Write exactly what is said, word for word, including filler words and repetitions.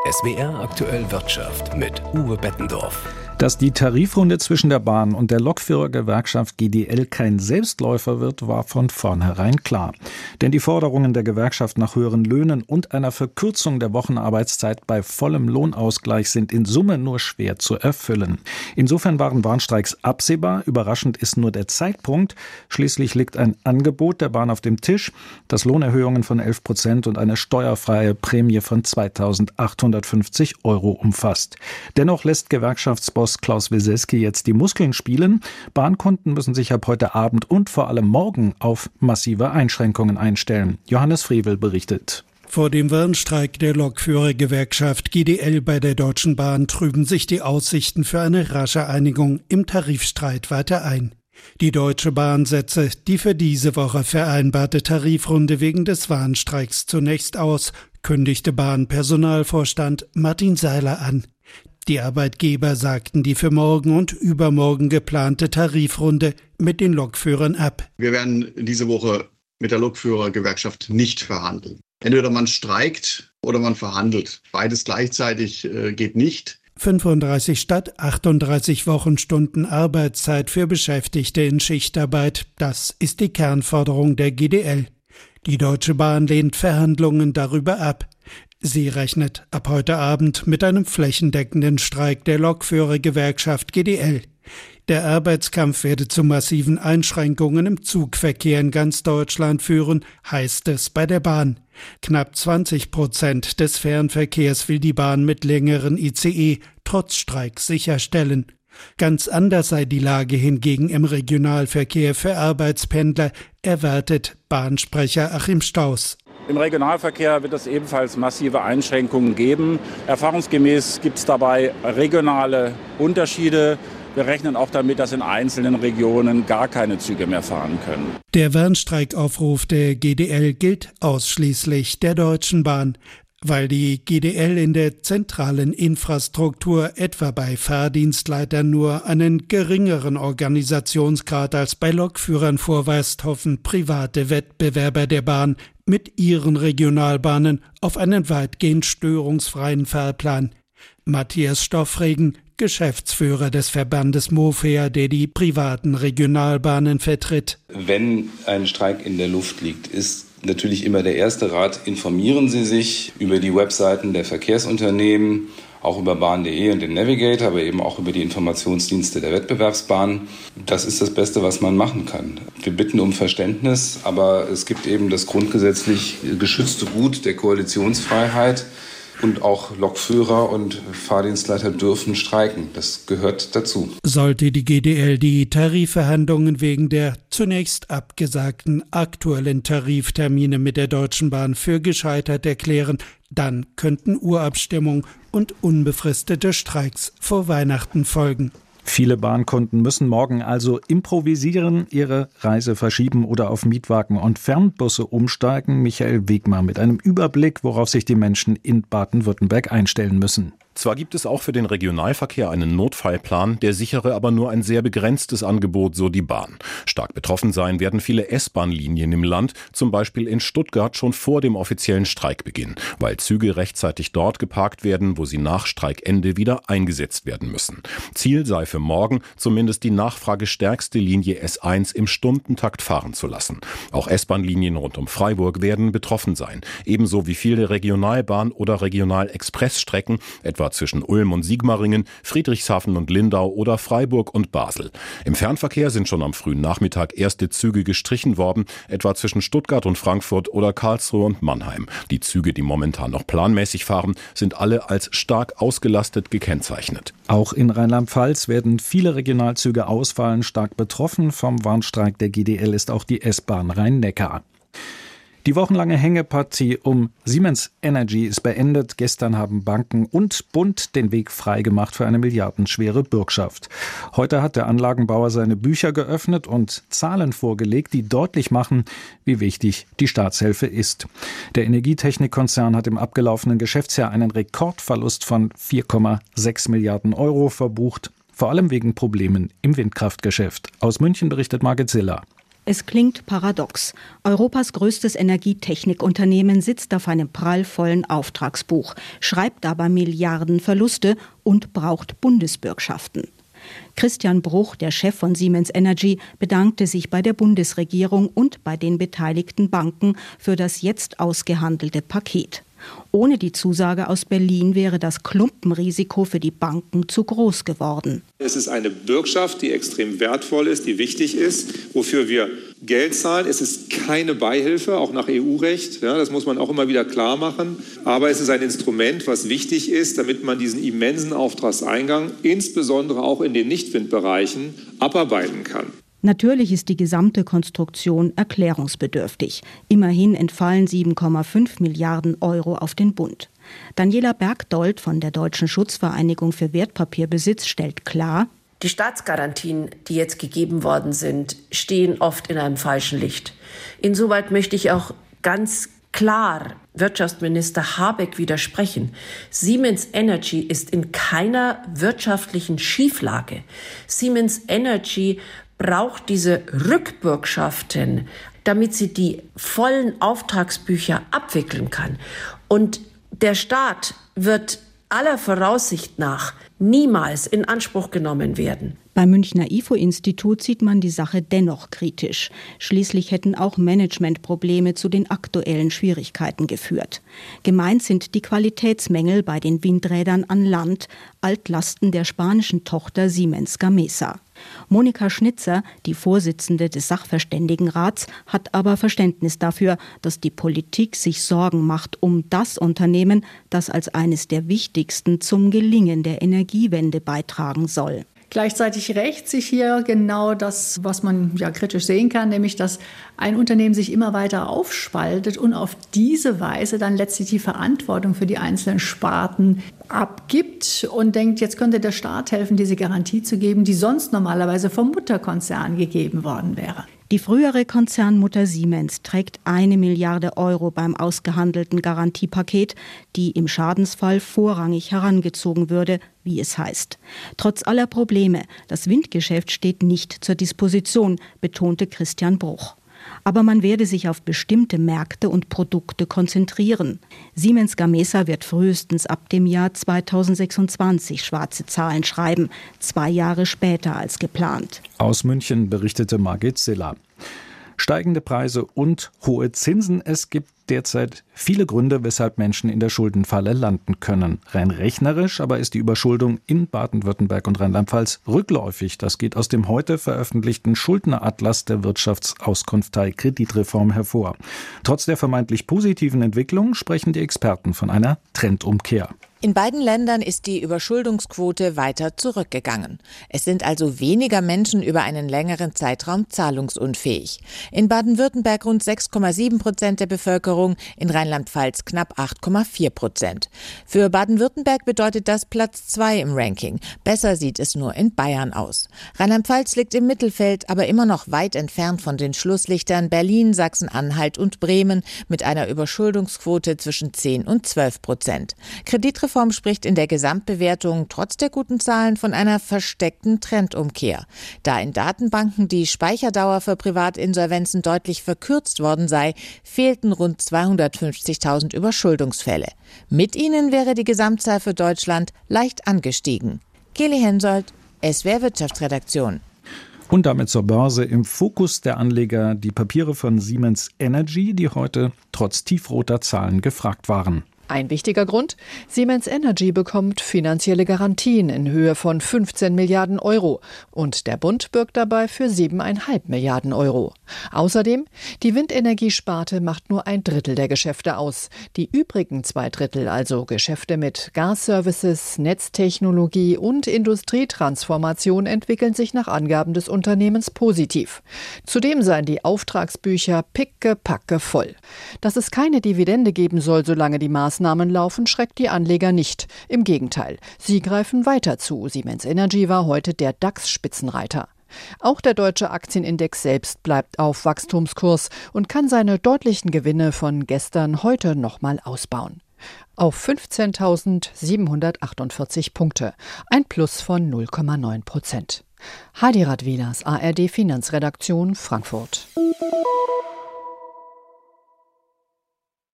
S W R Aktuell Wirtschaft mit Uwe Bettendorf. Dass die Tarifrunde zwischen der Bahn und der Lokführergewerkschaft G D L kein Selbstläufer wird, war von vornherein klar. Denn die Forderungen der Gewerkschaft nach höheren Löhnen und einer Verkürzung der Wochenarbeitszeit bei vollem Lohnausgleich sind in Summe nur schwer zu erfüllen. Insofern waren Warnstreiks absehbar. Überraschend ist nur der Zeitpunkt. Schließlich liegt ein Angebot der Bahn auf dem Tisch, das Lohnerhöhungen von elf Prozent und eine steuerfreie Prämie von zweitausendachthundertfünfzig Euro umfasst. Dennoch lässt Gewerkschaftsboss Klaus Wieselski jetzt die Muskeln spielen. Bahnkunden müssen sich ab heute Abend und vor allem morgen auf massive Einschränkungen einstellen. Johannes Frevel berichtet. Vor dem Warnstreik der Lokführergewerkschaft G D L bei der Deutschen Bahn trüben sich die Aussichten für eine rasche Einigung im Tarifstreit weiter ein. Die Deutsche Bahn setze die für diese Woche vereinbarte Tarifrunde wegen des Warnstreiks zunächst aus, kündigte Bahnpersonalvorstand Martin Seiler an. Die Arbeitgeber sagten die für morgen und übermorgen geplante Tarifrunde mit den Lokführern ab. Wir werden diese Woche mit der Lokführergewerkschaft nicht verhandeln. Entweder man streikt oder man verhandelt. Beides gleichzeitig äh, geht nicht. fünfunddreißig statt achtunddreißig Wochenstunden Arbeitszeit für Beschäftigte in Schichtarbeit, das ist die Kernforderung der G D L. Die Deutsche Bahn lehnt Verhandlungen darüber ab. Sie rechnet ab heute Abend mit einem flächendeckenden Streik der Lokführergewerkschaft G D L. Der Arbeitskampf werde zu massiven Einschränkungen im Zugverkehr in ganz Deutschland führen, heißt es bei der Bahn. Knapp zwanzig Prozent des Fernverkehrs will die Bahn mit längeren I C E trotz Streik sicherstellen. Ganz anders sei die Lage hingegen im Regionalverkehr für Arbeitspendler, erwartet Bahnsprecher Achim Staus. Im Regionalverkehr wird es ebenfalls massive Einschränkungen geben. Erfahrungsgemäß gibt es dabei regionale Unterschiede. Wir rechnen auch damit, dass in einzelnen Regionen gar keine Züge mehr fahren können. Der Warnstreikaufruf der G D L gilt ausschließlich der Deutschen Bahn. Weil die G D L in der zentralen Infrastruktur etwa bei Fahrdienstleitern nur einen geringeren Organisationsgrad als bei Lokführern vorweist, hoffen private Wettbewerber der Bahn mit ihren Regionalbahnen auf einen weitgehend störungsfreien Fahrplan. Matthias Stoffregen, Geschäftsführer des Verbandes MOFEA, der die privaten Regionalbahnen vertritt. Wenn ein Streik in der Luft liegt, ist natürlich immer der erste Rat, informieren Sie sich über die Webseiten der Verkehrsunternehmen, auch über bahn punkt de und den Navigator, aber eben auch über die Informationsdienste der Wettbewerbsbahn. Das ist das Beste, was man machen kann. Wir bitten um Verständnis, aber es gibt eben das grundgesetzlich geschützte Gut der Koalitionsfreiheit. Und auch Lokführer und Fahrdienstleiter dürfen streiken. Das gehört dazu. Sollte die G D L die Tarifverhandlungen wegen der zunächst abgesagten aktuellen Tariftermine mit der Deutschen Bahn für gescheitert erklären, dann könnten Urabstimmung und unbefristete Streiks vor Weihnachten folgen. Viele Bahnkunden müssen morgen also improvisieren, ihre Reise verschieben oder auf Mietwagen und Fernbusse umsteigen. Michael Wegmar mit einem Überblick, worauf sich die Menschen in Baden-Württemberg einstellen müssen. Zwar gibt es auch für den Regionalverkehr einen Notfallplan, der sichere aber nur ein sehr begrenztes Angebot, so die Bahn. Stark betroffen sein werden viele S-Bahn-Linien im Land, zum Beispiel in Stuttgart schon vor dem offiziellen Streikbeginn, weil Züge rechtzeitig dort geparkt werden, wo sie nach Streikende wieder eingesetzt werden müssen. Ziel sei für morgen, zumindest die nachfragestärkste Linie S eins im Stundentakt fahren zu lassen. Auch S-Bahn-Linien rund um Freiburg werden betroffen sein, ebenso wie viele Regionalbahn- oder Regional-Express-Strecken, etwa zwischen Ulm und Sigmaringen, Friedrichshafen und Lindau oder Freiburg und Basel. Im Fernverkehr sind schon am frühen Nachmittag erste Züge gestrichen worden, etwa zwischen Stuttgart und Frankfurt oder Karlsruhe und Mannheim. Die Züge, die momentan noch planmäßig fahren, sind alle als stark ausgelastet gekennzeichnet. Auch in Rheinland-Pfalz werden viele Regionalzüge ausfallen. Stark betroffen vom Warnstreik der G D L ist auch die S-Bahn Rhein-Neckar. Die wochenlange Hängepartie um Siemens Energy ist beendet. Gestern haben Banken und Bund den Weg freigemacht für eine milliardenschwere Bürgschaft. Heute hat der Anlagenbauer seine Bücher geöffnet und Zahlen vorgelegt, die deutlich machen, wie wichtig die Staatshilfe ist. Der Energietechnikkonzern hat im abgelaufenen Geschäftsjahr einen Rekordverlust von vier Komma sechs Milliarden Euro verbucht, vor allem wegen Problemen im Windkraftgeschäft. Aus München berichtet Margit Siller. Es klingt paradox. Europas größtes Energietechnikunternehmen sitzt auf einem prallvollen Auftragsbuch, schreibt aber Milliarden Verluste und braucht Bundesbürgschaften. Christian Bruch, der Chef von Siemens Energy, bedankte sich bei der Bundesregierung und bei den beteiligten Banken für das jetzt ausgehandelte Paket. Ohne die Zusage aus Berlin wäre das Klumpenrisiko für die Banken zu groß geworden. Es ist eine Bürgschaft, die extrem wertvoll ist, die wichtig ist, wofür wir Geld zahlen. Es ist keine Beihilfe, auch nach E U-Recht. Ja, das muss man auch immer wieder klar machen. Aber es ist ein Instrument, was wichtig ist, damit man diesen immensen Auftragseingang, insbesondere auch in den Nichtwindbereichen, abarbeiten kann. Natürlich ist die gesamte Konstruktion erklärungsbedürftig. Immerhin entfallen sieben Komma fünf Milliarden Euro auf den Bund. Daniela Bergdold von der Deutschen Schutzvereinigung für Wertpapierbesitz stellt klar: Die Staatsgarantien, die jetzt gegeben worden sind, stehen oft in einem falschen Licht. Insoweit möchte ich auch ganz klar Wirtschaftsminister Habeck widersprechen. Siemens Energy ist in keiner wirtschaftlichen Schieflage. Siemens Energy braucht diese Rückbürgschaften, damit sie die vollen Auftragsbücher abwickeln kann. Und der Staat wird aller Voraussicht nach niemals in Anspruch genommen werden. Beim Münchner I F O-Institut sieht man die Sache dennoch kritisch. Schließlich hätten auch Managementprobleme zu den aktuellen Schwierigkeiten geführt. Gemeint sind die Qualitätsmängel bei den Windrädern an Land, Altlasten der spanischen Tochter Siemens Gamesa. Monika Schnitzer, die Vorsitzende des Sachverständigenrats, hat aber Verständnis dafür, dass die Politik sich Sorgen macht um das Unternehmen, das als eines der wichtigsten zum Gelingen der Energiewende beitragen soll. Gleichzeitig rächt sich hier genau das, was man ja kritisch sehen kann, nämlich dass ein Unternehmen sich immer weiter aufspaltet und auf diese Weise dann letztlich die Verantwortung für die einzelnen Sparten abgibt und denkt, jetzt könnte der Staat helfen, diese Garantie zu geben, die sonst normalerweise vom Mutterkonzern gegeben worden wäre. Die frühere Konzernmutter Siemens trägt eine Milliarde Euro beim ausgehandelten Garantiepaket, die im Schadensfall vorrangig herangezogen würde, wie es heißt. Trotz aller Probleme, das Windgeschäft steht nicht zur Disposition, betonte Christian Bruch. Aber man werde sich auf bestimmte Märkte und Produkte konzentrieren. Siemens Gamesa wird frühestens ab dem Jahr zweitausendsechsundzwanzig schwarze Zahlen schreiben, zwei Jahre später als geplant. Aus München berichtete Margit Siller. Steigende Preise und hohe Zinsen. Es gibt derzeit viele Gründe, weshalb Menschen in der Schuldenfalle landen können. Rein rechnerisch aber ist die Überschuldung in Baden-Württemberg und Rheinland-Pfalz rückläufig. Das geht aus dem heute veröffentlichten Schuldneratlas der Wirtschaftsauskunftei Kreditreform hervor. Trotz der vermeintlich positiven Entwicklung sprechen die Experten von einer Trendumkehr. In beiden Ländern ist die Überschuldungsquote weiter zurückgegangen. Es sind also weniger Menschen über einen längeren Zeitraum zahlungsunfähig. In Baden-Württemberg rund sechs Komma sieben Prozent der Bevölkerung, in Rheinland-Pfalz knapp acht Komma vier Prozent. Für Baden-Württemberg bedeutet das Platz zwei im Ranking. Besser sieht es nur in Bayern aus. Rheinland-Pfalz liegt im Mittelfeld, aber immer noch weit entfernt von den Schlusslichtern Berlin, Sachsen-Anhalt und Bremen mit einer Überschuldungsquote zwischen zehn und zwölf Prozent. Kreditreform Reform spricht in der Gesamtbewertung trotz der guten Zahlen von einer versteckten Trendumkehr. Da in Datenbanken die Speicherdauer für Privatinsolvenzen deutlich verkürzt worden sei, fehlten rund zweihundertfünfzigtausend Überschuldungsfälle. Mit ihnen wäre die Gesamtzahl für Deutschland leicht angestiegen. Kelly Hensoldt, S W R Wirtschaftsredaktion. Und damit zur Börse. Im Fokus der Anleger die Papiere von Siemens Energy, die heute trotz tiefroter Zahlen gefragt waren. Ein wichtiger Grund: Siemens Energy bekommt finanzielle Garantien in Höhe von fünfzehn Milliarden Euro und der Bund bürgt dabei für sieben Komma fünf Milliarden Euro. Außerdem, die Windenergiesparte macht nur ein Drittel der Geschäfte aus. Die übrigen zwei Drittel, also Geschäfte mit Gasservices, Netztechnologie und Industrietransformation, entwickeln sich nach Angaben des Unternehmens positiv. Zudem seien die Auftragsbücher pickepacke voll. Dass es keine Dividende geben soll, solange die Maßnahmen Maßnahmen laufen, schreckt die Anleger nicht. Im Gegenteil, sie greifen weiter zu. Siemens Energy war heute der DAX-Spitzenreiter. Auch der deutsche Aktienindex selbst bleibt auf Wachstumskurs und kann seine deutlichen Gewinne von gestern heute nochmal ausbauen. auf fünfzehntausendsiebenhundertachtundvierzig Punkte, ein Plus von null Komma neun Prozent. Hadi Radwilas, A R D Finanzredaktion, Frankfurt.